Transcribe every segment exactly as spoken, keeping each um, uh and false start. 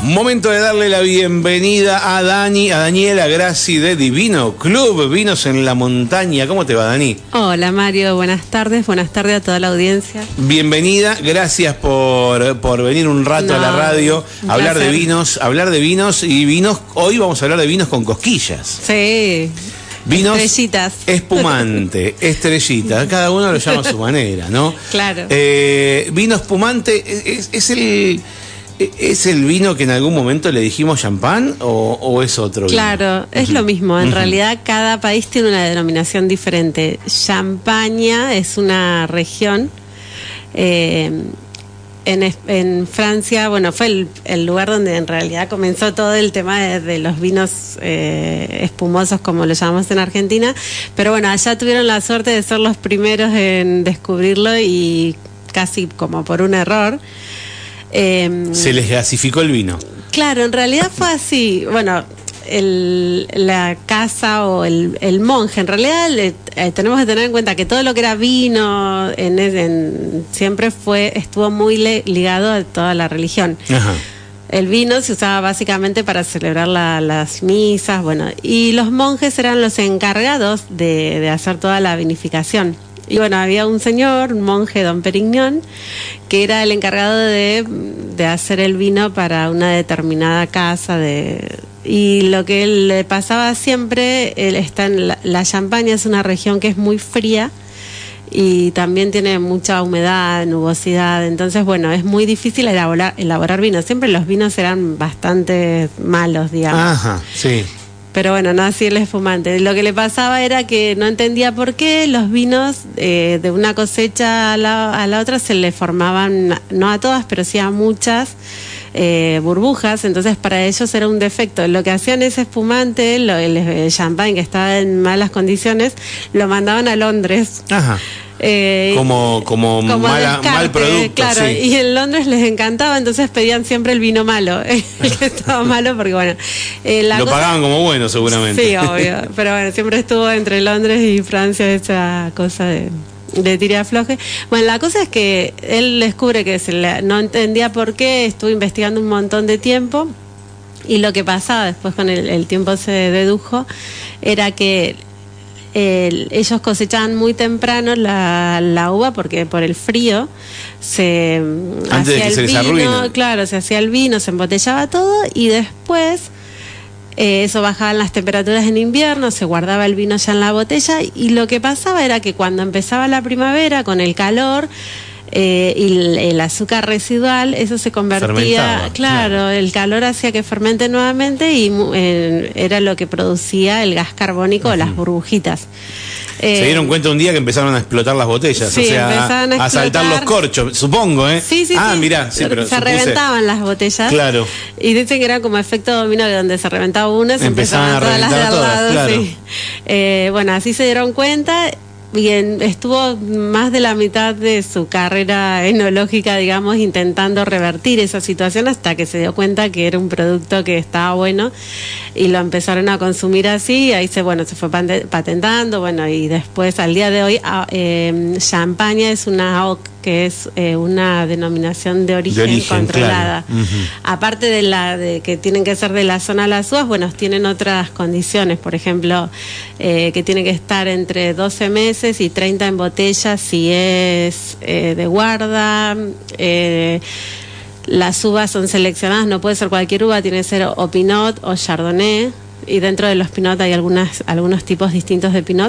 Momento de darle la bienvenida a Dani, a Daniela Grassi de Divino Club, Vinos en la Montaña. ¿Cómo te va, Dani? Hola, Mario, buenas tardes, buenas tardes a toda la audiencia. Bienvenida, gracias por, por venir un rato no, a la radio, a hablar de vinos, hablar de vinos y vinos. Hoy vamos a hablar de vinos con cosquillas. Sí. Vinos estrellitas. Espumante, estrellita, cada uno lo llama a su manera, ¿no? Claro. Eh, vino espumante, es, es el... ¿Es el vino que en algún momento le dijimos champán o, o es otro vino? Claro, es uh-huh. lo mismo. En uh-huh. realidad cada país tiene una denominación diferente. Champaña es una región. Eh, en, en Francia, bueno, fue el, el lugar donde en realidad comenzó todo el tema de, de los vinos eh, espumosos, como lo llamamos en Argentina. Pero bueno, allá tuvieron la suerte de ser los primeros en descubrirlo y casi como por un error. Eh, se les gasificó el vino. Claro, en realidad fue así. Bueno, el, la casa o el, el monje, en realidad le, eh, tenemos que tener en cuenta que todo lo que era vino en, en, siempre fue estuvo muy le, ligado a toda la religión. Ajá. El vino se usaba básicamente para celebrar la, las misas, bueno, y los monjes eran los encargados de, de hacer toda la vinificación. Y bueno, había un señor, un monje, don Perignon, que era el encargado de, de hacer el vino para una determinada casa. De, y lo que le pasaba siempre, él está en la, la Champaña es una región que es muy fría y también tiene mucha humedad, nubosidad. Entonces, bueno, es muy difícil elaborar, elaborar vino. Siempre los vinos eran bastante malos, digamos. Ajá, sí. Pero bueno, no así el espumante. Lo que le pasaba era que no entendía por qué los vinos eh, de una cosecha a la, a la otra se le formaban, no a todas, pero sí a muchas eh, burbujas. Entonces para ellos era un defecto. Lo que hacían ese espumante, lo, el, el champán que estaba en malas condiciones, lo mandaban a Londres. Ajá. Eh, como, como, como mala, descarte, mal producto. Claro, sí. Y en Londres les encantaba, entonces pedían siempre el vino malo, el que estaba malo, porque bueno. Eh, la Lo cosa, pagaban como bueno, seguramente. Sí, obvio. Pero bueno, siempre estuvo entre Londres y Francia esa cosa de, de tira y afloje. Bueno, la cosa es que él descubre que se le, no entendía por qué, estuvo investigando un montón de tiempo. Y lo que pasaba después con el, el tiempo se dedujo, era que Eh, ellos cosechaban muy temprano la, la uva porque por el frío se Antes hacía de que el se vino, claro, se hacía el vino, se embotellaba todo y después eh, eso bajaban las temperaturas en invierno, se guardaba el vino ya en la botella y lo que pasaba era que cuando empezaba la primavera con el calor Eh, y el, el azúcar residual, eso se convertía, Fermentaba, claro, claro, el calor hacía que fermente nuevamente y eh, era lo que producía el gas carbónico, uh-huh. las burbujitas. Eh, se dieron cuenta un día que empezaron a explotar las botellas, sí, o sea, a, a, a saltar los corchos, supongo, ¿eh? Sí, sí, ah, sí. mirá, sí, pero se supuse... reventaban las botellas. Claro. Y dicen que era como efecto dominó, que donde se reventaba una, se empezaban, empezaban a reventar todas, lado, claro. Sí. Eh, bueno, así se dieron cuenta. Bien, estuvo más de la mitad de su carrera enológica, digamos, intentando revertir esa situación hasta que se dio cuenta que era un producto que estaba bueno y lo empezaron a consumir así, y ahí se, bueno, se fue patentando, bueno, y después al día de hoy eh, Champaña es una O C, que es eh, una denominación de origen, de origen controlada. Claro. Uh-huh. Aparte de la de que tienen que ser de la zona las uvas, bueno, tienen otras condiciones, por ejemplo, eh, que tiene que estar entre doce meses y treinta en botella si es eh, de guarda. Eh, las uvas son seleccionadas, no puede ser cualquier uva, tiene que ser o Pinot o Chardonnay, y dentro de los Pinot hay algunas, algunos tipos distintos de Pinot.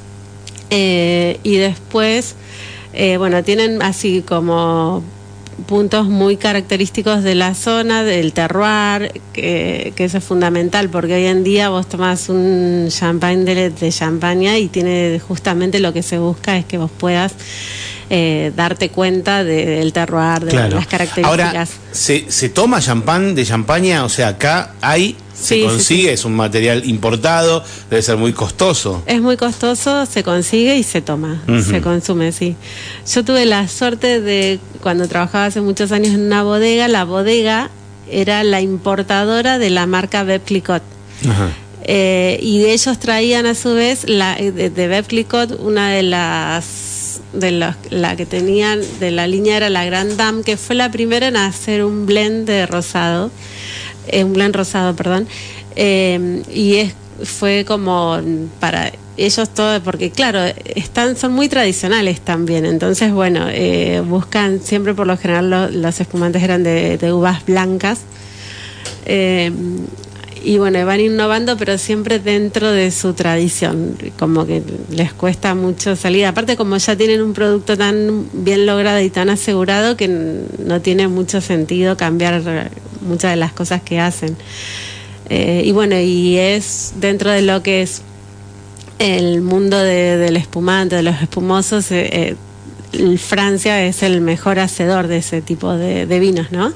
Eh, y después, eh, bueno, tienen así como puntos muy característicos de la zona, del terroir, que, que eso es fundamental, porque hoy en día vos tomás un champagne de, de Champaña y tiene justamente lo que se busca es que vos puedas eh, darte cuenta de, del terroir, de claro. las características. Ahora, ¿se, se toma champán de Champaña? O sea, acá hay... Se sí, consigue, sí, sí. Es un material importado, debe ser muy costoso. Es muy costoso, se consigue y se toma, uh-huh. se consume, sí. Yo tuve la suerte de, cuando trabajaba hace muchos años en una bodega, la bodega era la importadora de la marca Veuve Clicquot. Uh-huh. Eh, y de ellos traían a su vez la, de, de Veuve Clicquot, una de las de los, la que tenían de la línea era la Grand Dame, que fue la primera en hacer un blend de rosado. eh, un blend rosado, perdón, eh, y es fue como para ellos todo, porque claro, están son muy tradicionales también, entonces bueno, eh, buscan siempre, por lo general lo, los espumantes eran de, de uvas blancas, eh, y bueno, van innovando, pero siempre dentro de su tradición, como que les cuesta mucho salir, aparte como ya tienen un producto tan bien logrado y tan asegurado que no tiene mucho sentido cambiar muchas de las cosas que hacen. Eh, y bueno, y es dentro de lo que es el mundo de, del espumante, de los espumosos, eh, eh, Francia es el mejor hacedor de ese tipo de, de vinos, ¿no?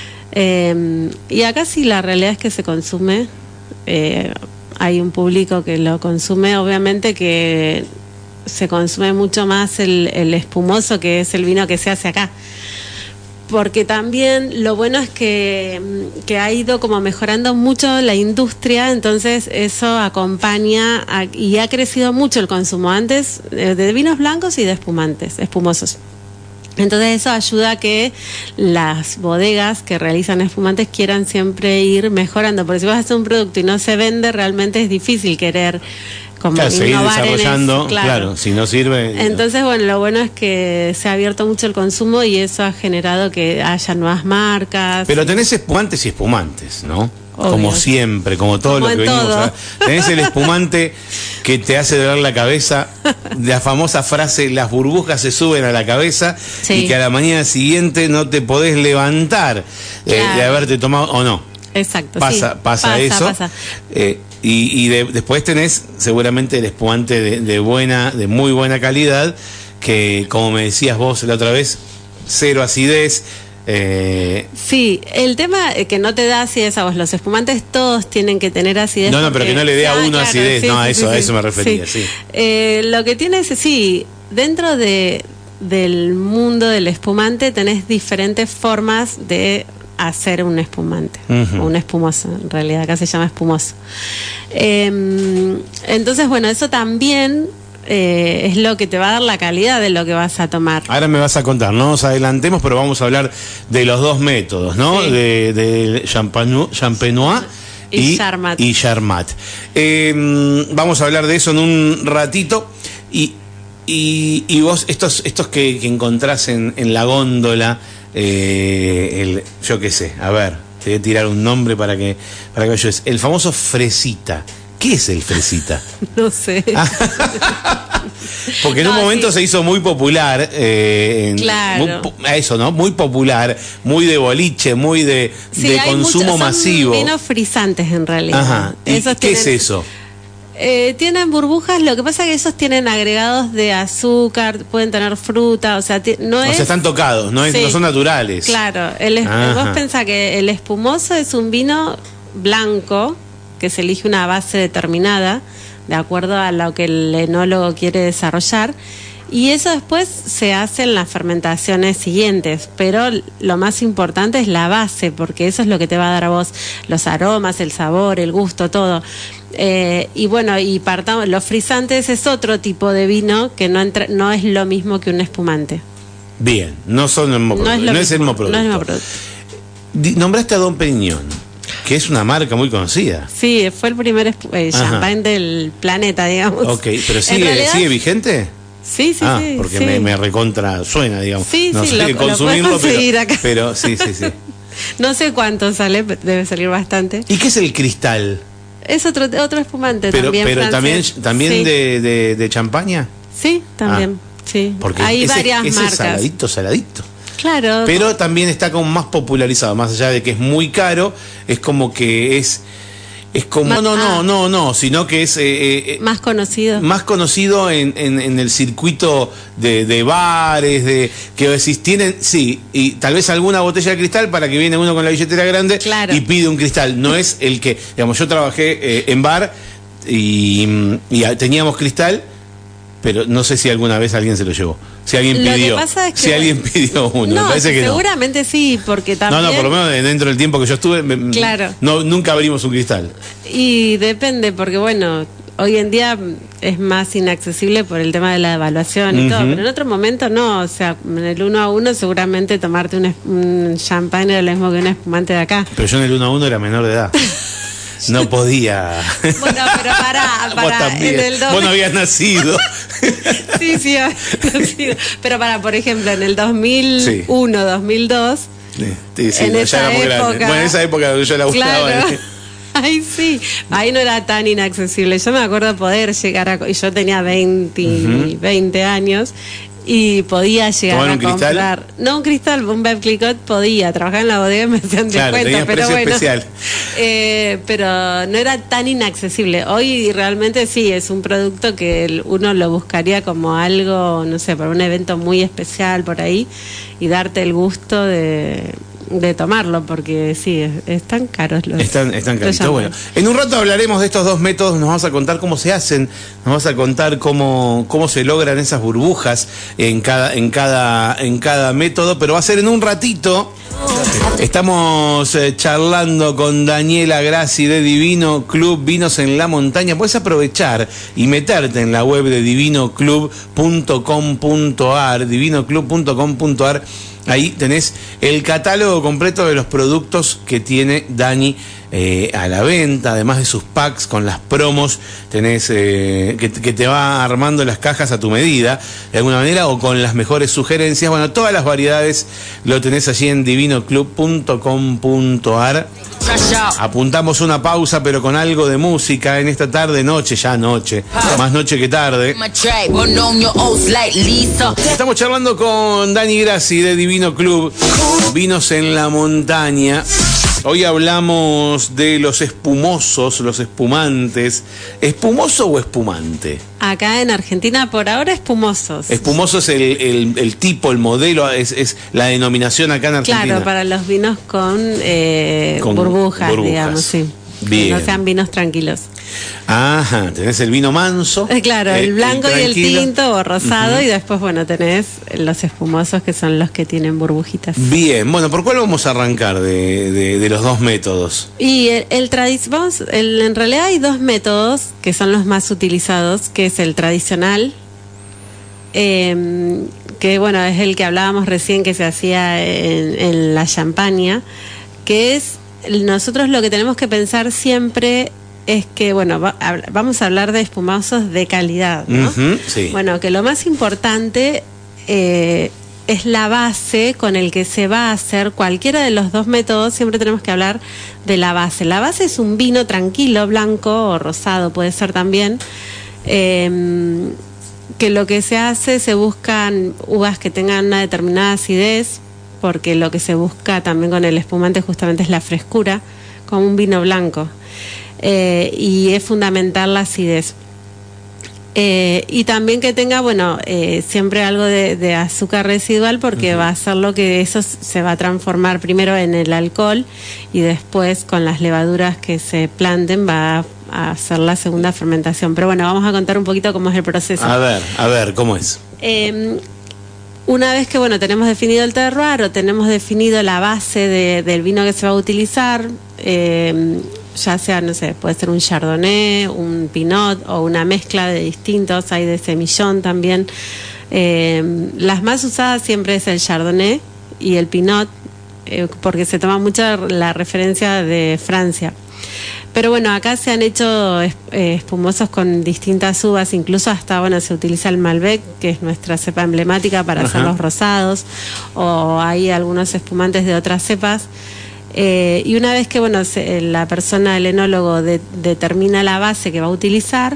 Eh, y acá sí la realidad es que se consume, eh, hay un público que lo consume, obviamente que se consume mucho más el, el espumoso, que es el vino que se hace acá. Porque también lo bueno es que, que ha ido como mejorando mucho la industria, entonces eso acompaña a, y ha crecido mucho el consumo antes de, de vinos blancos y de espumantes, espumosos. Entonces eso ayuda a que las bodegas que realizan espumantes quieran siempre ir mejorando, porque si vas a hacer un producto y no se vende, realmente es difícil querer como claro, seguir desarrollando, ese, claro. claro, si no sirve. Entonces, bueno, lo bueno es que se ha abierto mucho el consumo y eso ha generado que haya nuevas marcas. Pero tenés espumantes y espumantes, ¿no? Obvio. Como siempre, como todo como lo que venimos todo. a... Tenés el espumante que te hace doler la cabeza, la famosa frase, las burbujas se suben a la cabeza, sí. Y que a la mañana siguiente no te podés levantar, claro. eh, de haberte tomado, o no. Exacto, pasa, sí. pasa, pasa eso. Pasa. Eh, y y de, después tenés seguramente el espumante de, de buena, de muy buena calidad, que como me decías vos la otra vez, cero acidez. Eh... Sí, el tema que no te da acidez a vos, los espumantes todos tienen que tener acidez. No, no, pero que no le dé a uno claro, acidez, sí, no, a sí, eso, sí, a eso me refería, sí. sí. Eh, lo que tienes, sí, dentro de del mundo del espumante tenés diferentes formas de hacer un espumante, uh-huh. o un espumoso, en realidad acá se llama espumoso. Eh, entonces, bueno, eso también eh, es lo que te va a dar la calidad de lo que vas a tomar. Ahora me vas a contar, no nos adelantemos, pero vamos a hablar de los dos métodos, ¿no? Sí. De, de Champenois, Champenois y, y Charmat. Y Charmat. Eh, vamos a hablar de eso en un ratito. Y, y, y vos, estos, estos que, que encontrás en, en la góndola, Eh, el, yo qué sé, a ver, te voy a tirar un nombre para que para que yo es el famoso fresita. ¿Qué es el fresita? No sé. Porque en no, un momento sí. se hizo muy popular, eh, en, claro. muy, eso, ¿no? Muy popular, muy de boliche, muy de, sí, de consumo muchos, masivo. Son vinos frisantes en realidad. Ajá. ¿Y Esos qué tienen... es eso? Eh, tienen burbujas, lo que pasa es que esos tienen agregados de azúcar, pueden tener fruta, o sea, no es... O sea, están tocados, no, es, sí. no son naturales. Claro, el, vos pensás que el espumoso es un vino blanco, que se elige una base determinada, de acuerdo a lo que el enólogo quiere desarrollar, y eso después se hace en las fermentaciones siguientes, pero lo más importante es la base, porque eso es lo que te va a dar a vos los aromas, el sabor, el gusto, todo. Eh, y bueno, y partamos, los frisantes es otro tipo de vino que no entra, no es lo mismo que un espumante. Bien, no son el mismo no producto, es, no es el mismo producto. No es el mismo producto. Nombraste a Dom Pérignon, que es una marca muy conocida. Sí, fue el primer eh, champán del planeta, digamos. Ok, pero sigue, realidad, ¿sigue vigente? Sí, sí, ah, sí. Porque sí. Me, me recontra suena, digamos. Sí, no sí, sé lo, de consumirlo, lo pero, acá. pero sí, sí, sí. No sé cuánto sale, debe salir bastante. ¿Y qué es el cristal? Es otro otro espumante pero, también. Pero francés. también, también sí. de, de, de champaña. Sí, también. Ah, sí. Porque hay ese, varias ese marcas. saladito, saladito. Claro. Pero también está como más popularizado, más allá de que es muy caro, es como que es es como más, no no ah, no no sino que es eh, eh, más conocido más conocido en, en, en el circuito de, de bares, de que decís tienen sí y tal vez alguna botella de cristal para que viene uno con la billetera grande, claro. Y pide un cristal. No es el que, digamos, yo trabajé eh, en bar y, y teníamos cristal, pero no sé si alguna vez alguien se lo llevó. Si alguien pidió, lo que pasa es que, si alguien pidió uno, no, me parece que seguramente no. sí, porque también... No, no, por lo menos dentro del tiempo que yo estuve, claro. no, nunca abrimos un cristal. Y depende, porque bueno, hoy en día es más inaccesible por el tema de la devaluación y uh-huh. todo, pero en otro momento no, o sea, en el uno a uno seguramente tomarte un, un champán era lo mismo que un espumante de acá. Pero yo en el uno a uno era menor de edad. No podía. Bueno, pero pará, pará. En el dos... Vos no habías nacido. Sí, sí, había nacido. Pero para, por ejemplo, en el dos mil uno, sí. dos mil dos, sí, sí, sí, en no, esa época... Bueno, en esa época yo la buscaba. Claro. Ay, sí, ahí no era tan inaccesible. Yo me acuerdo poder llegar a... Y yo tenía veinte, uh-huh. veinte años... Y podía llegar a un comprar. Cristal? No un cristal, un Veuve Clicquot podía. Trabajar en la bodega y me hacían claro, descuento, pero bueno. Especial. Eh, pero no era tan inaccesible. Hoy realmente sí, es un producto que uno lo buscaría como algo, no sé, para un evento muy especial por ahí y darte el gusto de. de tomarlo, porque sí, es, están caros los... Están, están caritos. Bueno, en un rato hablaremos de estos dos métodos, nos vas a contar cómo se hacen, nos vas a contar cómo, cómo se logran esas burbujas en cada, en cada, en cada método, pero va a ser en un ratito. Estamos eh, charlando con Daniela Grassi de Divino Club Vinos en la Montaña. Puedes aprovechar y meterte en la web de divino club punto com punto ar, divino club punto com punto ar. Ahí tenés el catálogo completo de los productos que tiene Dani eh, a la venta, además de sus packs con las promos, tenés eh, que, que te va armando las cajas a tu medida, de alguna manera, o con las mejores sugerencias. Bueno, todas las variedades lo tenés allí en divino club punto com punto ar. Apuntamos una pausa, pero con algo de música en esta tarde, noche, ya noche, más noche que tarde. Estamos charlando con Dani Grassi de Divino Club, Vinos en la Montaña. Hoy hablamos de los espumosos, los espumantes. ¿Espumoso o espumante? Acá en Argentina por ahora espumosos. Espumoso es el, el, el tipo, el modelo, es, es la denominación acá en Argentina. Claro, para los vinos con, eh, con burbujas, burbujas, digamos, sí. Bien. Que no sean vinos tranquilos. Ajá, tenés el vino manso. Eh, claro, el, el blanco el y el tinto o rosado, uh-huh. Y después, bueno, tenés los espumosos que son los que tienen burbujitas. Bien, bueno, ¿por cuál vamos a arrancar de, de, de los dos métodos? Y el, el tradicional, en realidad hay dos métodos que son los más utilizados, que es el tradicional, eh, que bueno, es el que hablábamos recién que se hacía en, en la champaña, que es, nosotros lo que tenemos que pensar siempre es que, bueno, va, a, vamos a hablar de espumosos de calidad, ¿no? Uh-huh, sí. Bueno, que lo más importante eh, es la base con el que se va a hacer cualquiera de los dos métodos. Siempre tenemos que hablar de la base. La base es un vino tranquilo, blanco o rosado, puede ser también, eh, que lo que se hace, se buscan uvas que tengan una determinada acidez, porque lo que se busca también con el espumante justamente es la frescura, como un vino blanco. Eh, y es fundamental la acidez. Eh, y también que tenga, bueno, eh, siempre algo de, de azúcar residual, porque uh-huh. va a ser lo que eso se va a transformar primero en el alcohol y después con las levaduras que se planten va a, a hacer la segunda fermentación. Pero bueno, vamos a contar un poquito cómo es el proceso. A ver, a ver, ¿cómo es? Eh, Una vez que, bueno, tenemos definido el terroir o tenemos definido la base de, del vino que se va a utilizar, eh, ya sea, no sé, puede ser un chardonnay, un pinot o una mezcla de distintos, hay de semillón también. Eh, las más usadas siempre es el chardonnay y el pinot, eh, porque se toma mucho la referencia de Francia. Pero bueno, acá se han hecho eh, espumosos con distintas uvas, incluso hasta, bueno, se utiliza el Malbec, que es nuestra cepa emblemática para Ajá. hacer los rosados, o hay algunos espumantes de otras cepas. Eh, y una vez que, bueno, se, la persona, el enólogo, de, determina la base que va a utilizar,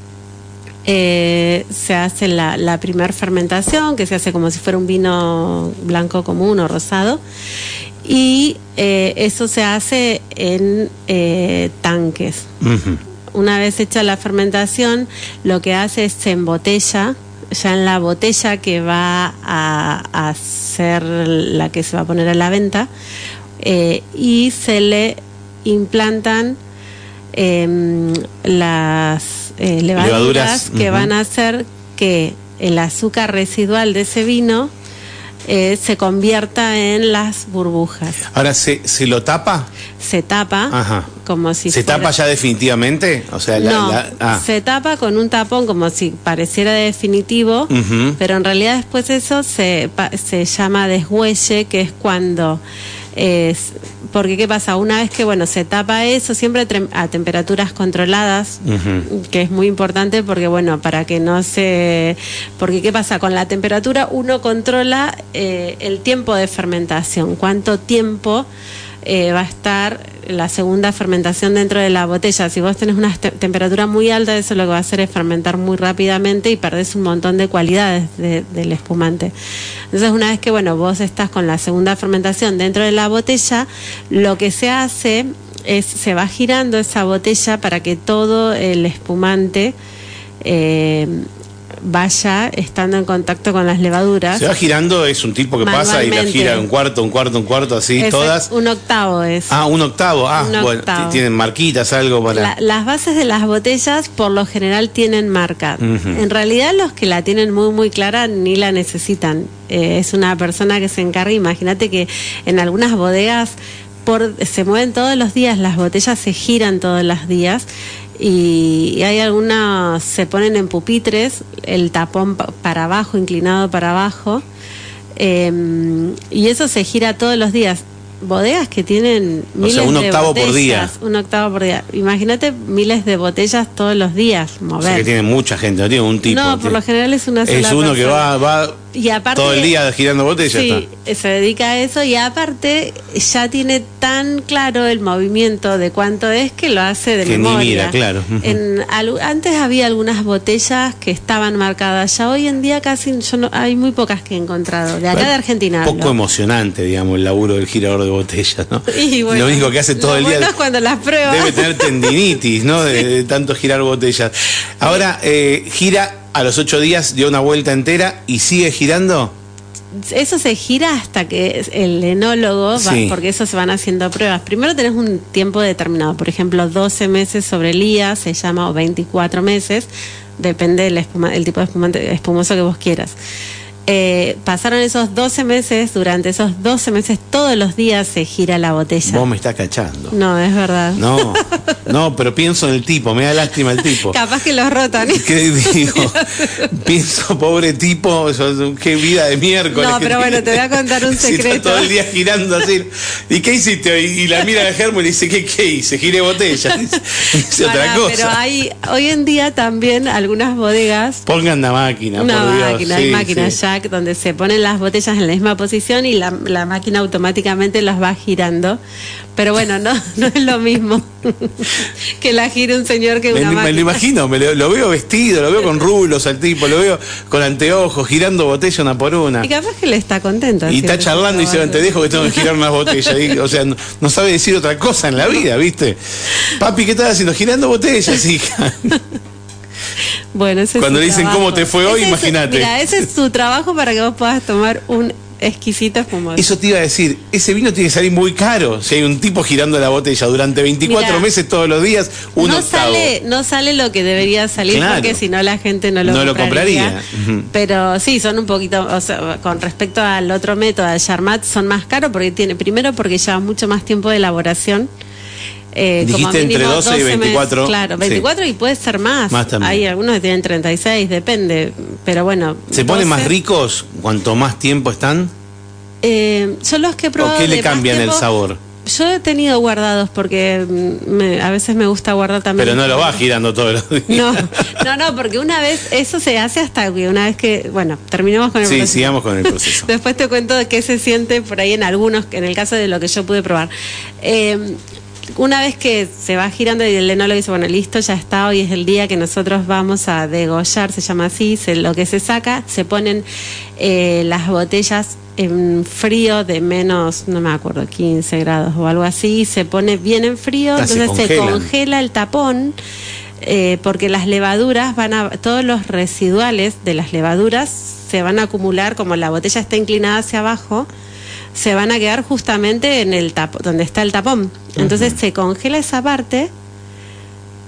eh, se hace la, la primer fermentación, que se hace como si fuera un vino blanco común o rosado. Y eh, eso se hace en eh, tanques. Uh-huh. Una vez hecha la fermentación, lo que hace es se embotella, ya en la botella que va a, a ser la que se va a poner a la venta, eh, y se le implantan eh, las eh, levaduras, levaduras que uh-huh. van a hacer que el azúcar residual de ese vino eh, se convierta en las burbujas. Ahora, ¿se, se lo tapa? Se tapa. Ajá. Como si ¿Se fuera... tapa ya definitivamente? O sea, la, no, la... Ah. se tapa con un tapón como si pareciera definitivo, uh-huh. pero en realidad después eso se, se llama deshuelle, que es cuando... Es, porque qué pasa, una vez que bueno se tapa eso, siempre a temperaturas controladas, uh-huh. que es muy importante porque bueno, para que no se... Porque qué pasa, con la temperatura uno controla eh, el tiempo de fermentación, cuánto tiempo eh, va a estar la segunda fermentación dentro de la botella. Si vos tenés una te- temperatura muy alta, eso lo que va a hacer es fermentar muy rápidamente y perdés un montón de cualidades de, del espumante. Entonces, una vez que bueno vos estás con la segunda fermentación dentro de la botella, lo que se hace es, se va girando esa botella para que todo el espumante eh, vaya estando en contacto con las levaduras. Se va girando, es un tipo que pasa y la gira un cuarto, un cuarto, un cuarto, así, es todas. Un octavo es. Ah, un octavo. Ah, un bueno, octavo. Tienen marquitas, algo para... La, las bases de las botellas por lo general tienen marca. Uh-huh. En realidad los que la tienen muy, muy clara ni la necesitan. Eh, es una persona que se encarga, imagínate que en algunas bodegas por, se mueven todos los días, las botellas se giran todos los días. Y, y hay algunas, se ponen en pupitres, el tapón pa- para abajo, inclinado para abajo, eh, y eso se gira todos los días. Bodegas que tienen miles o sea, un de octavo botellas, por día. Un octavo por día. Imagínate miles de botellas todos los días mover. O sea que tiene mucha gente, no tiene un tipo. No, por tiene... lo general es una sola Es uno persona. que va, va y aparte, todo el día girando botellas. Sí, está. se dedica a eso y aparte ya tiene tan claro el movimiento de cuánto es que lo hace de que memoria. Ni mira, claro. En, al, antes había algunas botellas que estaban marcadas, ya hoy en día casi yo no, hay muy pocas que he encontrado, de acá bueno, de Argentina. Poco hablo. Emocionante, digamos, el laburo del girador de botellas, ¿no? Y bueno, lo único que hace todo lo el bueno día es cuando las pruebas. Debe tener tendinitis, ¿no? De, de tanto girar botellas. Ahora, eh, gira a los ocho días, dio una vuelta entera y sigue girando. Eso se gira hasta que el enólogo, va, sí. porque eso se van haciendo pruebas. Primero tenés un tiempo determinado, por ejemplo, doce meses sobre el I A, se llama, o veinticuatro meses, depende del espuma, el tipo de espumante espumoso que vos quieras. Eh, pasaron esos doce meses, durante esos doce meses todos los días se gira la botella. Vos me estás cachando. No, es verdad. No, no, pero pienso en el tipo, me da lástima el tipo. Capaz que los rotan. ¿Qué digo? Pienso, pobre tipo, eso, qué vida de miércoles. No, pero bueno, te voy a contar un secreto. Está todo el día girando así. ¿Y qué hiciste hoy? Y la mira a Germo y le dice, ¿qué, qué hice? Giré botella. Dice, dice Pará, otra cosa. Pero hay, hoy en día también algunas bodegas... Pongan la máquina, Una por Dios. máquina, sí, hay máquinas sí. Jack donde se ponen las botellas en la misma posición y la, la máquina automáticamente las va girando. Pero bueno, no, no es lo mismo que la gire un señor que me, una me, máquina. Me lo imagino, me lo, lo veo vestido, lo veo con rulos al tipo, lo veo con anteojos, girando botella una por una. Y capaz que le está contento. Y está charlando y dice, te dejo que tengo que girar unas botellas. Y, o sea, no, no sabe decir otra cosa en la vida, ¿viste? Papi, ¿qué estás haciendo? Girando botellas, hija. Bueno, ese Cuando es le dicen trabajo. cómo te fue hoy, ese imagínate. Mira, ese es tu trabajo para que vos puedas tomar un exquisito espumoso. Eso te iba a decir, ese vino tiene que salir muy caro si hay un tipo girando la botella durante veinticuatro Mirá, meses todos los días, un no octavo. Sale, no sale lo que debería salir, claro. Porque si no la gente no lo no compraría. Lo compraría. Uh-huh. Pero sí, son un poquito, o sea, con respecto al otro método, al Charmat, son más caros porque tiene, primero porque lleva mucho más tiempo de elaboración. Eh, Dijiste como entre doce y veinticuatro. Meses, claro, veinticuatro sí. Y puede ser más. Más también. Hay algunos que tienen treinta y seis, depende. Pero bueno. ¿Se ponen doce. más ricos cuanto más tiempo están? Eh, son los que he probado. ¿O qué le de más cambian tiempo. el sabor? Yo he tenido guardados porque me, a veces me gusta guardar también. Pero no lo vas girando todos los días. No, no, no, porque una vez, eso se hace hasta que una vez que, bueno, terminemos con el sí, proceso. Sí, sigamos con el proceso. Después te cuento de qué se siente por ahí en algunos, en el caso de lo que yo pude probar. Eh, una vez que se va girando y el enólogo dice, bueno, listo, ya está, hoy es el día que nosotros vamos a degollar, se llama así, se, lo que se saca, se ponen eh, las botellas en frío de menos, no me acuerdo, quince grados o algo así, se pone bien en frío, ah, entonces se, se congela el tapón, eh, porque las levaduras van a, todos los residuales de las levaduras se van a acumular, como la botella está inclinada hacia abajo, se van a quedar justamente en el tapón, donde está el tapón. Entonces uh-huh. se congela esa parte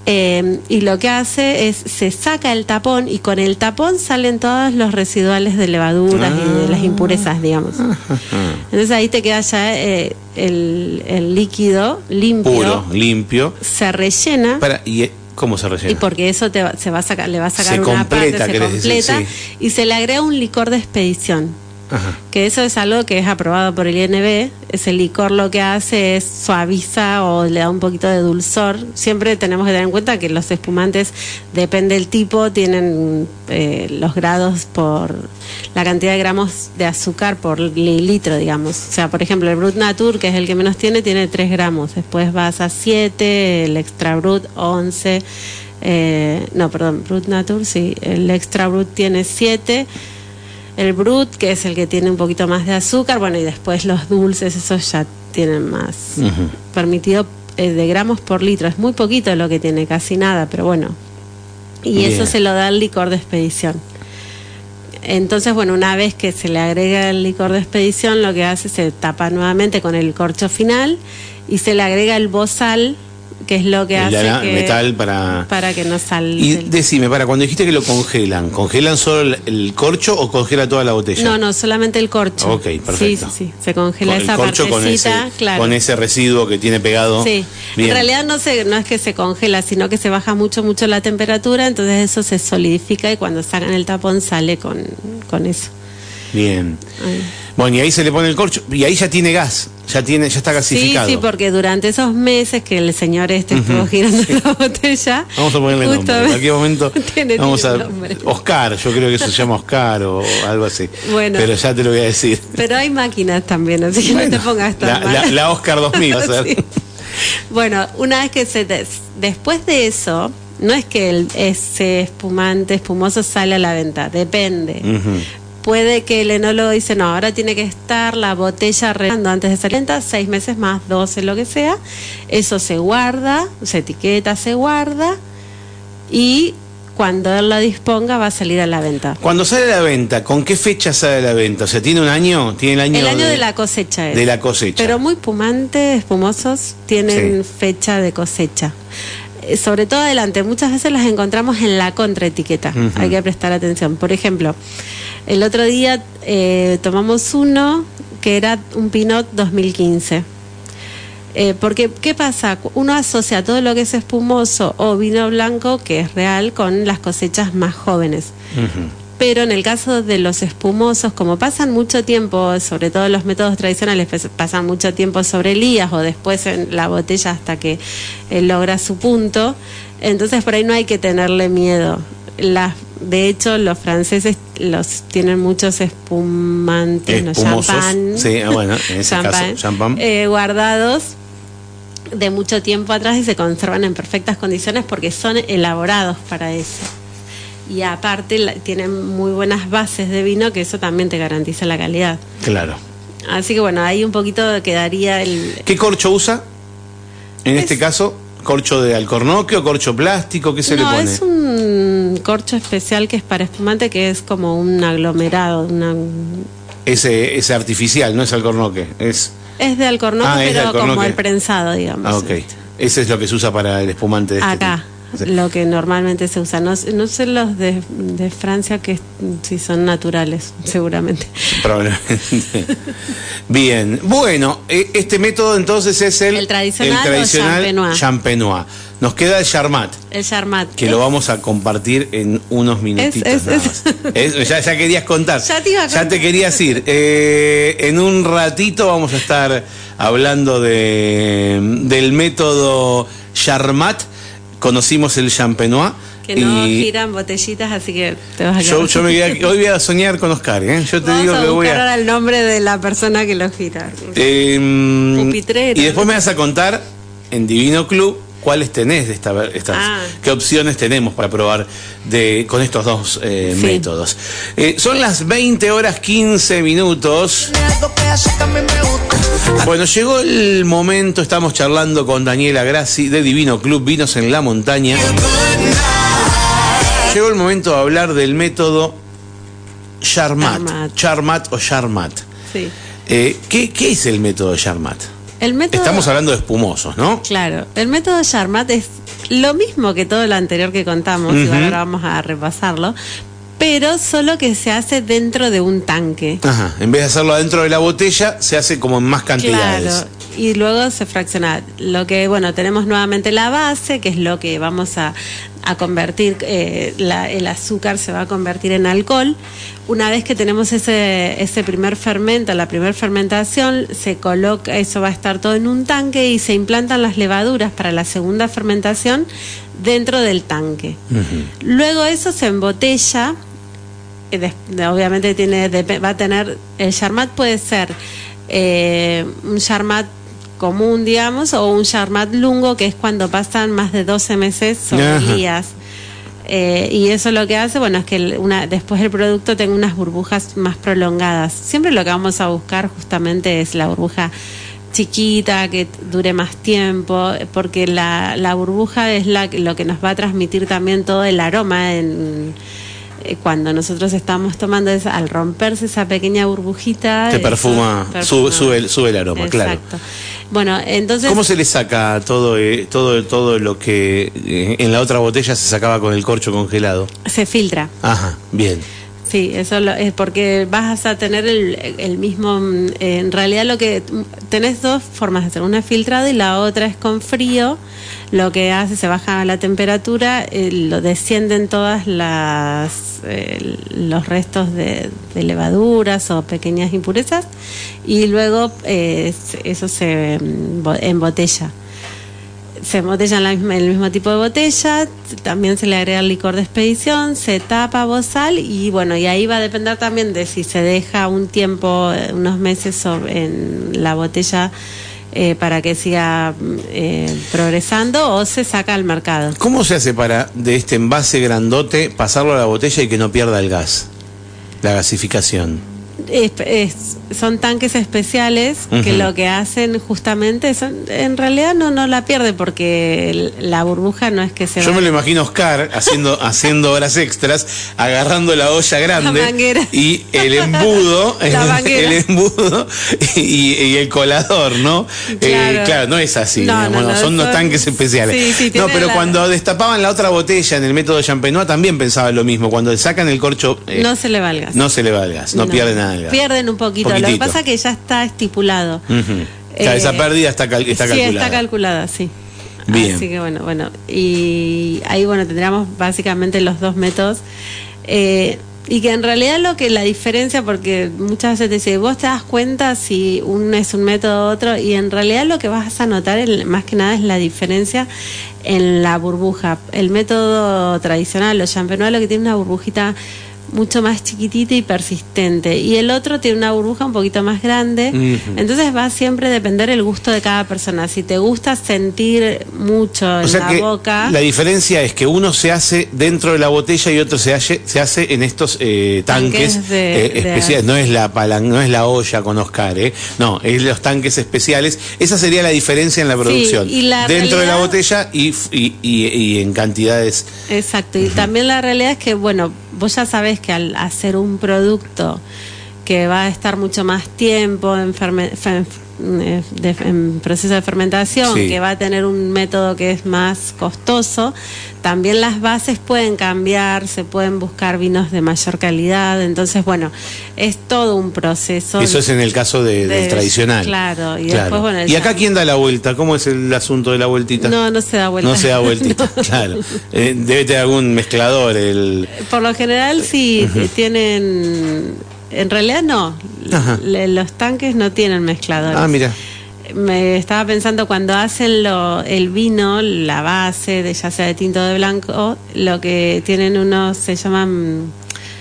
Eh, y lo que hace es, se saca el tapón y con el tapón salen todos los residuales de levaduras ah. y de las impurezas, digamos. Entonces ahí te queda ya eh, el, el líquido limpio. Puro, limpio. Se rellena. Para, y, ¿cómo se rellena? Y porque eso te va, se va a sacar, le va a sacar se una completa, parte, se completa, decir, sí. Y se le agrega un licor de expedición. Ajá. Que eso es algo que es aprobado por el I N B. Ese licor lo que hace es suaviza o le da un poquito de dulzor. Siempre tenemos que tener en cuenta que los espumantes, depende del tipo, tienen eh, los grados por la cantidad de gramos de azúcar por litro, digamos. O sea, por ejemplo, el Brut Natur, que es el que menos tiene, tiene tres gramos. Después vas a siete, el Extra Brut once. Eh, no, perdón, Brut Natur, sí. El Extra Brut tiene siete. El Brut, que es el que tiene un poquito más de azúcar, bueno, y después los dulces, esos ya tienen más. Uh-huh. Permitido eh, de gramos por litro, es muy poquito lo que tiene, casi nada, pero bueno. Y Bien. Eso se lo da el licor de expedición. Entonces, bueno, una vez que se le agrega el licor de expedición, lo que hace es se tapa nuevamente con el corcho final y se le agrega el bozal, que es lo que el hace la, que, metal para para que no salga. Y el... decime, para cuando dijiste que lo congelan, ¿congelan solo el, el corcho o congela toda la botella? No, no, solamente el corcho. Ok, perfecto. Sí, sí, sí. Se congela con esa el corcho partecita, con ese, claro. Con ese residuo que tiene pegado. Sí. Bien. En realidad no se, no es que se congela, sino que se baja mucho, mucho la temperatura, entonces eso se solidifica y cuando sacan el tapón sale con, con eso. Bien. Ay. Bueno, y ahí se le pone el corcho y ahí ya tiene gas, ya tiene, ya está gasificado. Sí, sí, porque durante esos meses que el señor este uh-huh. estuvo girando sí. la botella. Vamos a ponerle nombre. En cualquier momento tiene, vamos tiene a nombre. Oscar, yo creo que eso se llama Oscar o algo así. Bueno. Pero ya te lo voy a decir. Pero hay máquinas también, así que bueno, no te pongas tan la, mal. La, la Oscar dos mil va a ser. Sí. Bueno, una vez que se des, después de eso, no es que el, ese espumante espumoso sale a la venta, depende. Uh-huh. Puede que el enólogo dice, no, ahora tiene que estar la botella rellenando antes de salir a la venta, seis meses más, doce, lo que sea. Eso se guarda, se etiqueta, se guarda y cuando él la disponga va a salir a la venta. Cuando sale a la venta, ¿con qué fecha sale a la venta? O sea, ¿tiene un año? ¿Tiene el año? El año de, de la cosecha es. De la cosecha. Pero muy espumante, espumosos, tienen sí. fecha de cosecha. Sobre todo adelante, muchas veces las encontramos en la contraetiqueta, uh-huh. hay que prestar atención. Por ejemplo, el otro día eh, tomamos uno que era un Pinot dos mil quince. Eh, porque, ¿qué pasa? Uno asocia todo lo que es espumoso o vino blanco, que es real, con las cosechas más jóvenes. Uh-huh. Pero en el caso de los espumosos, como pasan mucho tiempo, sobre todo los métodos tradicionales, pasan mucho tiempo sobre lías o después en la botella hasta que eh, logra su punto, entonces por ahí no hay que tenerle miedo. Las, de hecho, los franceses los tienen muchos espumantes, no, champán, sí, bueno, en ese champán, caso, champán. Eh, guardados de mucho tiempo atrás y se conservan en perfectas condiciones porque son elaborados para eso. Y aparte la, tienen muy buenas bases de vino, que eso también te garantiza la calidad. Claro. Así que bueno, ahí un poquito quedaría el... ¿Qué corcho usa? En es... este caso, ¿corcho de alcornoque o corcho plástico? ¿Qué se no, le pone? Es un corcho especial que es para espumante, que es como un aglomerado. Una... Ese, ese artificial, no es alcornoque, es... Es de alcornoque, ah, pero de alcornoque. Como el prensado, digamos. Ah, ok. Ese es lo que se usa para el espumante de este Acá. Tipo. Sí. Lo que normalmente se usa. No, no sé los de, de Francia que si son naturales, seguramente. Probablemente. Bien. Bueno, este método entonces es el, el tradicional, el tradicional champenois. champenois. Nos queda el charmat. El charmat. Que es, lo vamos a compartir en unos minutitos es, es, nada más. Es, es, ya, ya querías contar. Ya te, iba a contar. Ya te querías ir. Eh, en un ratito vamos a estar hablando de del método charmat. Conocimos el champenois. Que no y giran botellitas, así que te vas a quedar. Yo, yo me voy a, hoy voy a soñar con Oscar, ¿eh? Yo te Vamos digo a que voy a. ahora el nombre de la persona que lo gira. Eh, y después me vas a contar en Divino Club cuáles tenés de esta, estas, ah. qué opciones tenemos para probar de con estos dos eh, sí. métodos. Eh, son las veinte horas quince minutos. Bueno, llegó el momento, estamos charlando con Daniela Grassi de Divino Club Vinos en la Montaña. Llegó el momento de hablar del método Charmat, Charmat, Charmat o Charmat. Sí. Eh, ¿qué, ¿Qué es el método Charmat? El método, estamos hablando de espumosos, ¿no? Claro, el método Charmat es lo mismo que todo lo anterior que contamos, uh-huh. igual ahora vamos a repasarlo, pero solo que se hace dentro de un tanque. Ajá, en vez de hacerlo adentro de la botella, se hace como en más cantidades. Claro, y luego se fracciona. Lo que, bueno, tenemos nuevamente la base, que es lo que vamos a, a convertir, eh, la, el azúcar se va a convertir en alcohol. Una vez que tenemos ese, ese primer fermento, la primera fermentación, se coloca, eso va a estar todo en un tanque y se implantan las levaduras para la segunda fermentación dentro del tanque. Uh-huh. Luego eso se embotella. De, de, obviamente tiene de, va a tener, el Charmat puede ser eh, un Charmat común, digamos, o un Charmat lungo, que es cuando pasan más de doce meses sobre días. Eh, y eso lo que hace, bueno, es que una, después el producto tenga unas burbujas más prolongadas. Siempre lo que vamos a buscar justamente es la burbuja chiquita, que dure más tiempo, porque la, la burbuja es la, lo que nos va a transmitir también todo el aroma en... Cuando nosotros estamos tomando esa, al romperse esa pequeña burbujita, te perfuma, perfuma. Sube, sube, sube el aroma. Exacto. Claro. Bueno, entonces, ¿cómo se le saca todo eh, todo todo lo que eh, en la otra botella se sacaba con el corcho congelado? Se filtra. Ajá, bien. Sí, eso lo, es porque vas a tener el, el mismo, eh, en realidad lo que tenés dos formas de hacer, una es filtrado y la otra es con frío. Lo que hace, se baja la temperatura, eh, lo descienden todas las eh, los restos de, de levaduras o pequeñas impurezas y luego eh, eso se embotella. Se embotella en, la misma, en el mismo tipo de botella, también se le agrega el licor de expedición, se tapa bozal y bueno, y ahí va a depender también de si se deja un tiempo, unos meses sobre, en la botella eh, para que siga eh, progresando o se saca al mercado. ¿Cómo se hace para de este envase grandote pasarlo a la botella y que no pierda el gas, la gasificación? Es, es, son tanques especiales uh-huh. que lo que hacen justamente son, en realidad no no la pierde porque la burbuja no es que se yo va. Me lo imagino Oscar haciendo haciendo horas extras, agarrando la olla grande la y el embudo el, el embudo y, y el colador, ¿no? Claro, eh, claro no es así, no, digamos, no, no, son unos tanques especiales. Sí, sí, no, pero la... cuando destapaban la otra botella en el método Champenois también pensaba lo mismo, cuando sacan el corcho eh, no se le va el gas. No se le va el gas, no, no pierde nada. Pierden un poquito. Poquitito. Lo que pasa es que ya está estipulado. Uh-huh. O sea, eh, esa pérdida está, cal- está sí, calculada. Sí, está calculada, sí. Bien. Así que bueno, bueno. Y ahí, bueno, tendríamos básicamente los dos métodos. Eh, y que en realidad lo que la diferencia, porque muchas veces te dice, vos te das cuenta si uno es un método u otro, y en realidad lo que vas a notar el, más que nada es la diferencia en la burbuja. El método tradicional, los Champenois, lo que tiene una burbujita mucho más chiquitita y persistente, y el otro tiene una burbuja un poquito más grande. Uh-huh. Entonces va siempre a depender el gusto de cada persona. Si te gusta sentir mucho en o sea la que boca, la diferencia es que uno se hace dentro de la botella y otro se hace, se hace en estos eh, tanques, tanques de, eh, especiales. De... no es la palan, no es la olla con Oscar, ¿eh? No, es los tanques especiales. Esa sería la diferencia en la producción, sí, y la dentro realidad... de la botella y, y, y, y en cantidades. Exacto. Y uh-huh. también la realidad es que, bueno, vos ya sabés que al hacer un producto que va a estar mucho más tiempo en, ferme, fe, de, en proceso de fermentación, sí. que va a tener un método que es más costoso, también las bases pueden cambiar, se pueden buscar vinos de mayor calidad, entonces bueno, es todo un proceso. Eso es en el caso de, de, del tradicional. Claro, y claro. después bueno. ¿Y acá quién da la vuelta? ¿Cómo es el asunto de la vueltita? No, no se da vuelta. No se da vueltita, no. Claro. Eh, debe tener algún mezclador. El... Por lo general sí, uh-huh. tienen... En realidad no, Le, los tanques no tienen mezcladores. Ah, mira. Me estaba pensando cuando hacen lo, el vino, la base, de ya sea de tinto o de blanco, lo que tienen unos, se llaman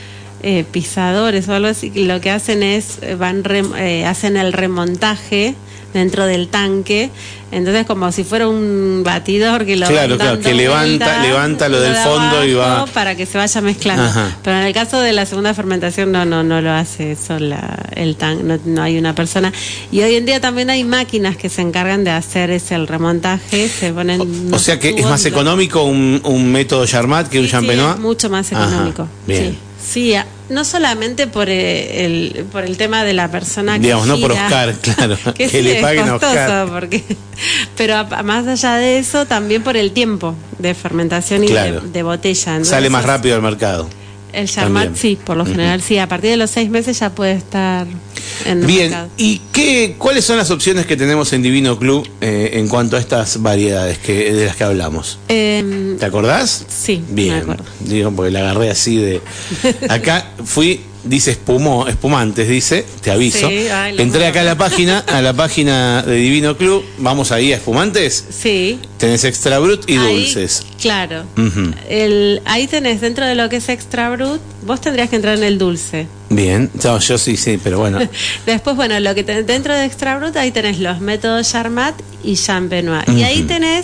eh, pisadores o algo así, lo que hacen es, van re, eh, hacen el remontaje dentro del tanque, entonces como si fuera un batidor que lo claro, claro, que levanta, vuelta, levanta lo del de fondo y va para que se vaya mezclando. Ajá. Pero en el caso de la segunda fermentación no no no lo hace eso la, el tanque, no, no hay una persona. Y hoy en día también hay máquinas que se encargan de hacer ese el remontaje, se ponen o, o sea que es más económico un, un método Charmat que sí, un Champenois. Sí, es mucho más económico. Ajá, bien. Sí. Sí, no solamente por el, por el tema de la persona que digamos, gira, no por Oscar, claro, que, que sí, le es paguen a Oscar. porque, pero a, más allá de eso, también por el tiempo de fermentación y claro. de, de botella. Entonces, sale más rápido al mercado. El Charmat sí, por lo general uh-huh. sí, a partir de los seis meses ya puede estar en el Bien, mercado. ¿y qué, cuáles son las opciones que tenemos en Divino Club eh, en cuanto a estas variedades que, de las que hablamos? Eh, ¿Te acordás? Sí, bien, me acuerdo. Digo, porque la agarré así de... Acá fui... Dice espumó, espumantes, dice, te aviso. Sí, ay, entré acá a la página, a la página de Divino Club, vamos ahí a espumantes. Sí. Tenés extra brut y ahí, dulces. Claro. Uh-huh. El, ahí tenés dentro de lo que es extra brut, vos tendrías que entrar en el dulce. Bien, no, yo sí, sí, pero bueno. Después, bueno, lo que tenés dentro de extra brut, ahí tenés los métodos Charmat y Champenois. Uh-huh. Y ahí tenés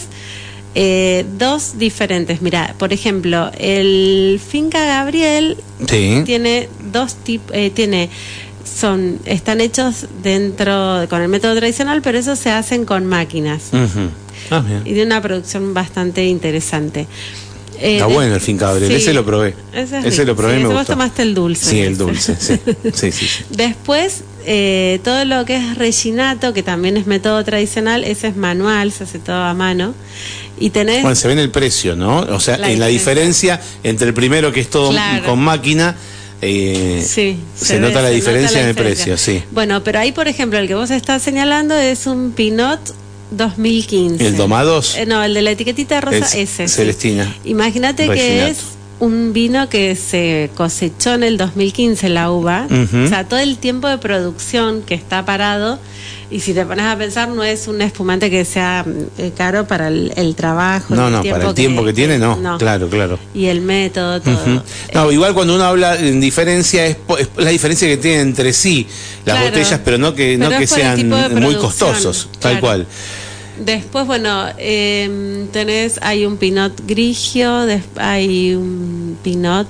Eh, dos diferentes. Mira, por ejemplo, el Finca Gabriel sí. tiene dos tipos, eh, tiene, son, están hechos dentro con el método tradicional, pero esos se hacen con máquinas uh-huh. ah, bien. y de una producción bastante interesante. Eh, Está de, bueno el Finca Gabriel, sí, ese lo probé. Ese, es ese lo probé, sí, me vos gustó. Tomaste el dulce. Sí, el dulce, sí. sí, sí, sí. Después, eh, todo lo que es Reginato, que también es método tradicional, ese es manual, se hace todo a mano. Y tenés... Bueno, se ve en el precio, ¿no? O sea, la en la diferencia entre el primero, que es todo claro. con máquina, eh, sí, se, se nota ve, la se diferencia nota la en el diferencia. precio, sí. Bueno, pero ahí, por ejemplo, el que vos estás señalando es un Pinot dos mil quince. ¿El Domados? Eh, no, el de la etiquetita rosa, el ese. Celestina. Sí. Imagínate que es un vino que se cosechó en el dos mil quince, la uva. Uh-huh. O sea, todo el tiempo de producción que está parado. Y si te pones a pensar, no es un espumante que sea eh, caro para el, el trabajo. No, el no, para el tiempo que, que tiene, no. no. Claro, claro. Y el método, todo. Uh-huh. No, eh, igual cuando uno habla en diferencia, es, es la diferencia que tienen entre sí las claro, botellas, pero no que, no que sean muy costosos, tal claro. cual. Después, bueno, eh, tenés, hay un Pinot Grigio, hay un Pinot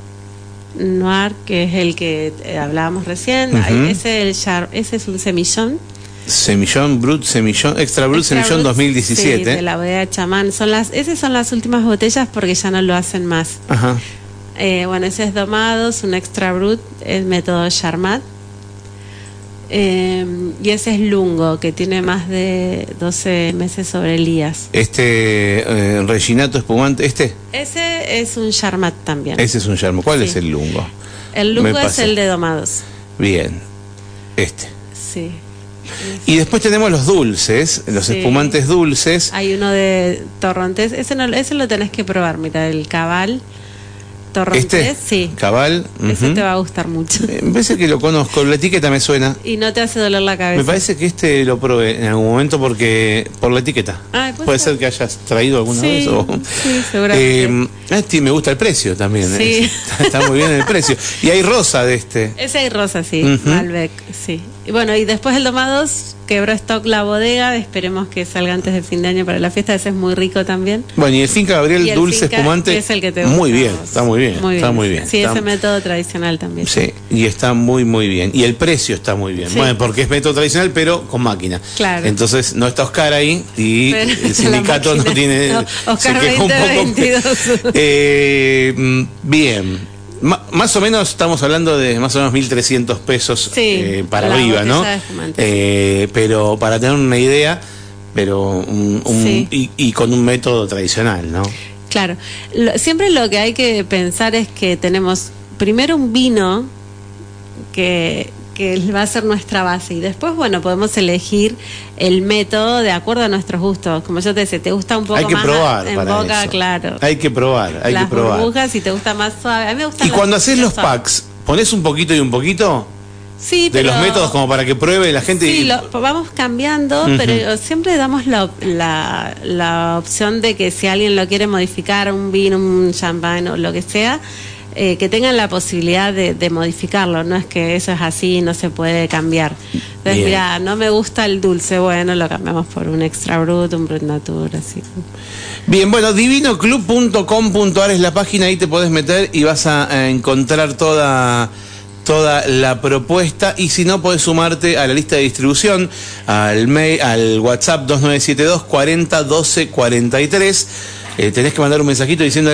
Noir, que es el que eh, hablábamos recién. Uh-huh. Hay, ese, el char, ese es un semillón. Semillón, Brut, Semillón, Extra Brut, Extra Semillón Brut, dos mil diecisiete. Sí, de la bodega Chamán. Son las, esas son las últimas botellas porque ya no lo hacen más. Ajá. Eh, bueno, ese es Domados, un Extra Brut, el método Charmat. Eh, y ese es Lungo, que tiene más de doce meses sobre Elías. Este eh, Reginato espumante, ¿este? Ese es un Charmat también. Ese es un Charmat. ¿Cuál sí. es el Lungo? El Lungo es el de Domados. Bien. Este. Sí. Y después tenemos los dulces, los sí. espumantes dulces. Hay uno de Torrontés, ese no, ese lo tenés que probar, mira, el Cabal. Torrontés, ¿Este? sí. Cabal. Ese uh-huh. te va a gustar mucho. Me parece que lo conozco, la etiqueta me suena. Y no te hace doler la cabeza. Me parece que este lo probé en algún momento porque por la etiqueta. Ay, puede ser que hayas traído alguna sí, vez. O... Sí, seguramente. Eh, este me gusta el precio también. Sí. ¿eh? Está, está muy bien el precio. Y hay rosa de este. Ese hay rosa, sí. Uh-huh. Malbec, sí. Y bueno, y después el Domados, quebró stock la bodega, esperemos que salga antes de fin de año para la fiesta, ese es muy rico también. Bueno, y el Finca Gabriel y el dulce Finca espumante, es el que te gusta muy bien, está muy bien, muy está bien. muy bien. Sí, está... ese método tradicional también. Sí, y está muy muy bien. Y el precio está muy bien. Sí. Bueno, porque es método tradicional, pero con máquina. Claro. Entonces no está Oscar ahí y pero el sindicato no tiene... No, Oscar se quejó veinte veintidós. Un poco. eh, bien. Ma, más o menos estamos hablando de más o menos mil trescientos pesos sí, eh, para arriba, ¿no? Eh, pero para tener una idea, pero un, un, sí. y, y con un método tradicional, ¿no? Claro. Lo, siempre lo que hay que pensar es que tenemos primero un vino que, que va a ser nuestra base y después, bueno, podemos elegir el método de acuerdo a nuestros gustos. Como yo te decía, te gusta un poco hay que más probar en para boca, eso. Claro. Hay que probar, hay Las que probar. burbujas, si te gusta más suave. A mí me gusta. Y cuando haces los packs, ¿ponés un poquito y un poquito? Sí, de pero, los métodos como para que pruebe la gente. Sí, y... lo, vamos cambiando, uh-huh. pero siempre damos la, la, la opción de que si alguien lo quiere modificar, un vino, un champán o lo que sea, eh, que tengan la posibilidad de, de modificarlo. No es que eso es así, no se puede cambiar. Entonces, bien. Mira, no me gusta el dulce, bueno, lo cambiamos por un extra brut, un brut natur, así. Bien, bueno, divino club punto com punto a r es la página, ahí te podés meter y vas a, a encontrar toda... toda la propuesta y si no podés sumarte a la lista de distribución al mail, al WhatsApp dos nueve siete dos cuarenta doce cuarenta y tres. Eh, tenés que mandar un mensajito diciéndole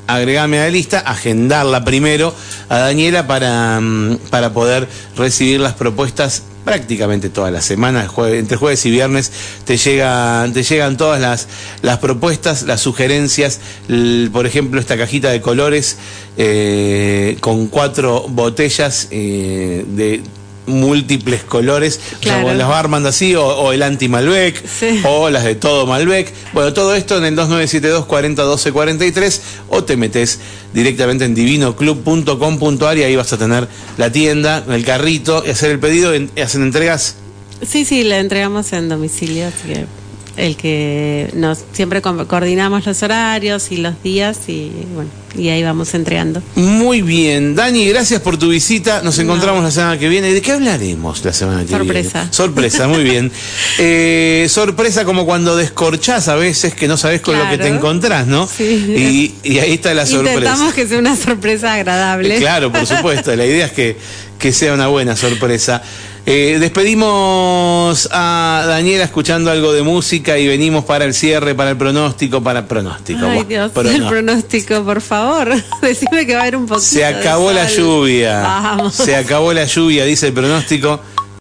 agregame a la lista, agendarla primero a Daniela para, para poder recibir las propuestas prácticamente toda la semana, jueves, entre jueves y viernes te llega, te llegan todas las, las propuestas, las sugerencias, el, por ejemplo esta cajita de colores eh, con cuatro botellas eh, de múltiples colores, claro. O sea, las va armando así, o, o el anti Malbec, sí. O las de todo Malbec. Bueno, todo esto en el dos nueve siete dos, cuarenta, doce, cuarenta y tres, o te metes directamente en divino club punto com punto a r y ahí vas a tener la tienda, el carrito, y hacer el pedido. En, ¿hacen entregas? Sí, sí, la entregamos en domicilio, así que el que nos siempre coordinamos los horarios y los días y bueno, y ahí vamos entregando. Muy bien, Dani, gracias por tu visita. Nos encontramos no. la semana que viene. ¿De qué hablaremos la semana que sorpresa. viene? Sorpresa. Sorpresa, muy bien. Eh, sorpresa como cuando descorchás a veces que no sabés con claro. lo que te encontrás, ¿no? Sí. Y, y ahí está la sorpresa. Intentamos que sea una sorpresa agradable. Eh, claro, por supuesto. La idea es que, que sea una buena sorpresa. Eh, despedimos a Daniela escuchando algo de música y venimos para el cierre, para el pronóstico, para el pronóstico. Ay, Dios, pronóstico. El pronóstico, por favor. Decime que va a haber un poquito. Se acabó la lluvia. Vamos. Se acabó la lluvia, dice el pronóstico.